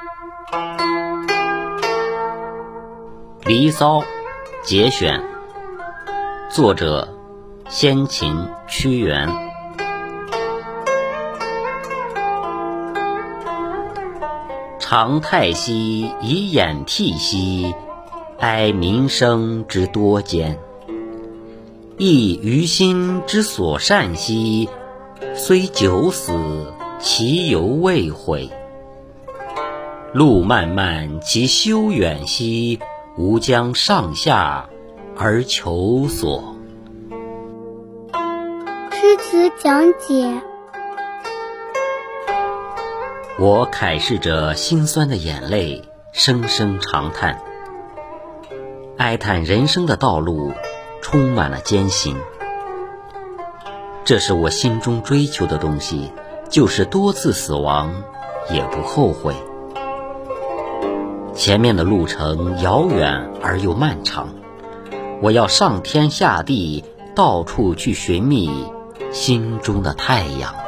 《离骚》节选，作者先秦屈原。长太息以掩涕兮，哀民生之多艰。忆于心之所善兮，虽九死，其犹未悔。路漫漫其修远兮，吾将上下而求索。 诗词讲解。 我揩拭着心酸的眼泪，声声长叹，哀叹人生的道路充满了艰辛。这是我心中追求的东西，就是多次死亡也不后悔。前面的路程遥远而又漫长，我要上天下地，到处去寻觅心中的太阳。